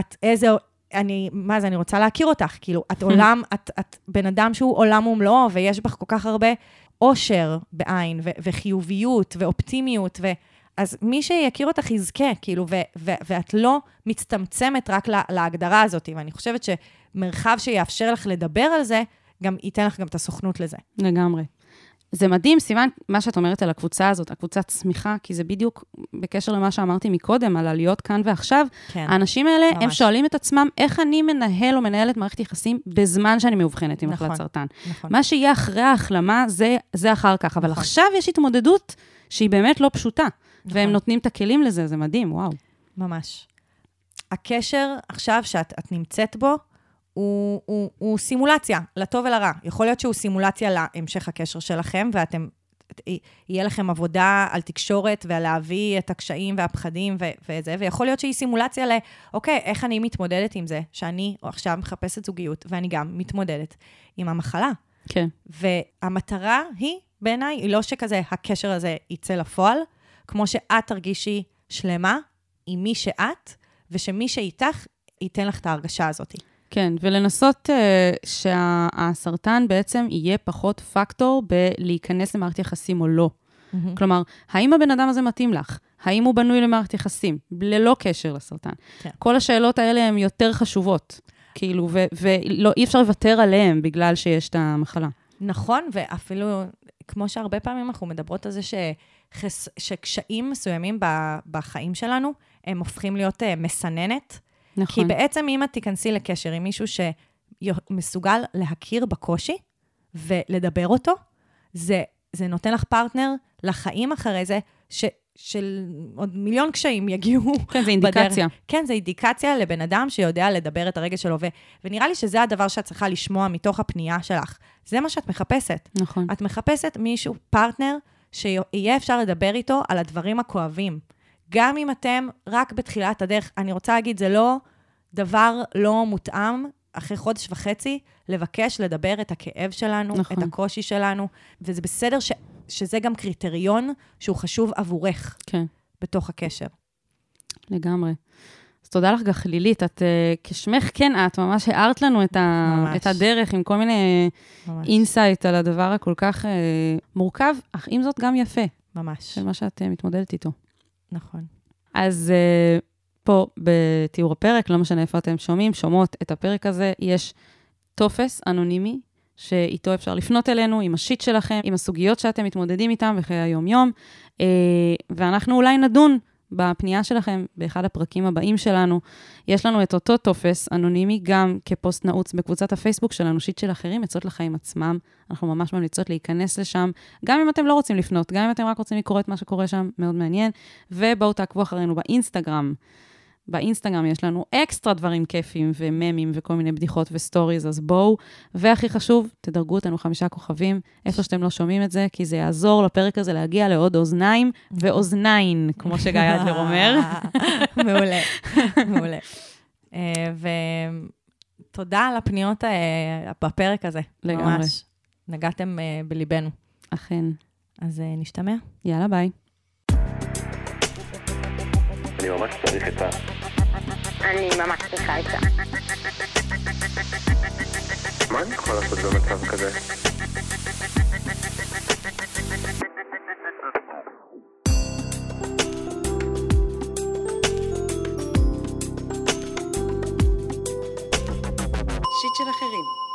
[SPEAKER 1] אני רוצה להכיר אותך, כאילו, את עולם, את בן אדם שהוא עולם ומלואו, ויש בך כל כך הרבה אושר בעין, וחיוביות, ואופטימיות, אז מי שיכיר אותך יזכה, כאילו, ואת לא מצטמצמת רק להגדרה הזאת, ואני חושבת שמרחב שיאפשר לך לדבר על זה, גם ייתן לך גם את הסוכנות לזה.
[SPEAKER 2] לגמרי. זה מדהים, סיוון, מה שאת אומרת על הקבוצה הזאת, הקבוצת צמיחה, כי זה בדיוק בקשר למה שאמרתי מקודם, על עליות כאן ועכשיו,
[SPEAKER 1] כן,
[SPEAKER 2] האנשים האלה,
[SPEAKER 1] ממש.
[SPEAKER 2] הם שואלים את עצמם, איך אני מנהל או מנהלת מערכת יחסים בזמן שאני מאובחנת עם מחלת סרטן.
[SPEAKER 1] נכון.
[SPEAKER 2] מה שיהיה אחרי ההחלמה, זה אחר כך, אבל עכשיו יש התמודדות שהיא באמת לא פשוטה, והם נותנים את הכלים לזה, זה מדהים, וואו.
[SPEAKER 1] ממש. הקשר עכשיו שאת נמצאת בו, הוא סימולציה, לטוב ולרע. יכול להיות שהוא סימולציה להמשך הקשר שלכם, יהיה לכם עבודה על תקשורת, ועל להביא את הקשיים והפחדים וזה, ויכול להיות שהיא סימולציה אוקיי, איך אני מתמודדת עם זה, שאני עכשיו מחפשת זוגיות, ואני גם מתמודדת עם המחלה.
[SPEAKER 2] כן.
[SPEAKER 1] והמטרה היא, בעיניי, היא לא שכזה הקשר הזה יצא לפועל, כמו שאת תרגישי שלמה עם מי שאת, ושמי שאיתך ייתן לך את ההרגשה הזאת.
[SPEAKER 2] כן, ולנסות שהסרטן בעצם יהיה פחות פקטור בלהיכנס למערכת יחסים או לא. כלומר, האם הבן אדם הזה מתאים לך? האם הוא בנוי למערכת יחסים? ללא קשר לסרטן.
[SPEAKER 1] כן.
[SPEAKER 2] כל השאלות האלה הן יותר חשובות, כאילו, ואי אפשר לוותר עליהן בגלל שיש את המחלה.
[SPEAKER 1] נכון, ואפילו, כמו שהרבה פעמים אנחנו מדברות על זה שקשיים מסוימים בחיים שלנו, הם הופכים להיות מסננת,
[SPEAKER 2] נכון.
[SPEAKER 1] כי בעצם אם את תיכנסי לקשר עם מישהו שמסוגל להכיר בקושי ולדבר אותו, זה נותן לך פרטנר לחיים אחרי זה, של עוד מיליון קשיים יגיעו.
[SPEAKER 2] כן, זה אינדיקציה.
[SPEAKER 1] כן, זה אינדיקציה לבן אדם שיודע לדבר את הרגש שלו, ונראה לי שזה הדבר שאת צריכה לשמוע מתוך הפנייה שלך. זה מה שאת מחפשת.
[SPEAKER 2] נכון.
[SPEAKER 1] את מחפשת מישהו, פרטנר, שיהיה אפשר לדבר איתו על הדברים הכואבים. גם אם אתם רק בתחילת הדרך, אני רוצה להגיד, זה לא דבר לא מותאם, אחרי חודש וחצי, לבקש לדבר את הכאב שלנו, נכון. את הקושי שלנו, וזה בסדר שזה גם קריטריון שהוא חשוב עבורך,
[SPEAKER 2] כן.
[SPEAKER 1] בתוך הקשר.
[SPEAKER 2] לגמרי. אז תודה לך גחלילית, את כשמך כן, את ממש הערת לנו את הדרך עם כל מיני אינסייט על הדבר הכל כך מורכב, אך עם זאת גם יפה.
[SPEAKER 1] ממש.
[SPEAKER 2] של מה שאת מתמודדת איתו.
[SPEAKER 1] נכון.
[SPEAKER 2] אז פה בתיאור הפרק, לא משנה איפה אתם שומעות את הפרק הזה, יש טופס אנונימי, שאיתו אפשר לפנות אלינו, עם השיט שלכם, עם הסוגיות שאתם מתמודדים איתם בחיי היום-יום, ואנחנו אולי נדון בפנייה שלכם, באחד הפרקים הבאים שלנו, יש לנו את אותו טופס אנונימי, גם כפוסט נעוץ בקבוצת הפייסבוק שלנו, שיט של אחרים, עצות לחיים עצמם, אנחנו ממש ממליצות להיכנס לשם, גם אם אתם לא רוצים לפנות, גם אם אתם רק רוצים לקרוא את מה שקורה שם, מאוד מעניין, ובואו תעקבו אחרינו באינסטגרם, באינסטגרם יש לנו אקסטרה דברים כיפים וממים וכל מיני בדיחות וסטוריז, אז בואו, והכי חשוב, תדרגו אותנו 5 כוכבים, איפה שאתם לא שומעים את זה, כי זה יעזור לפרק הזה להגיע לעוד אוזניים ואוזניים, כמו שגיא אדלר אומר.
[SPEAKER 1] מעולה, מעולה. ותודה על הפניות בפרק הזה.
[SPEAKER 2] לגמרי.
[SPEAKER 1] ממש. נגעתם בליבנו.
[SPEAKER 2] אכן.
[SPEAKER 1] אז נשתמע.
[SPEAKER 2] יאללה, ביי.
[SPEAKER 3] אני ממש צריך עצה.
[SPEAKER 4] אני ממש צריכה עצה.
[SPEAKER 3] מה אני יכול לעשות במצב כזה?
[SPEAKER 2] שיט של אחרים.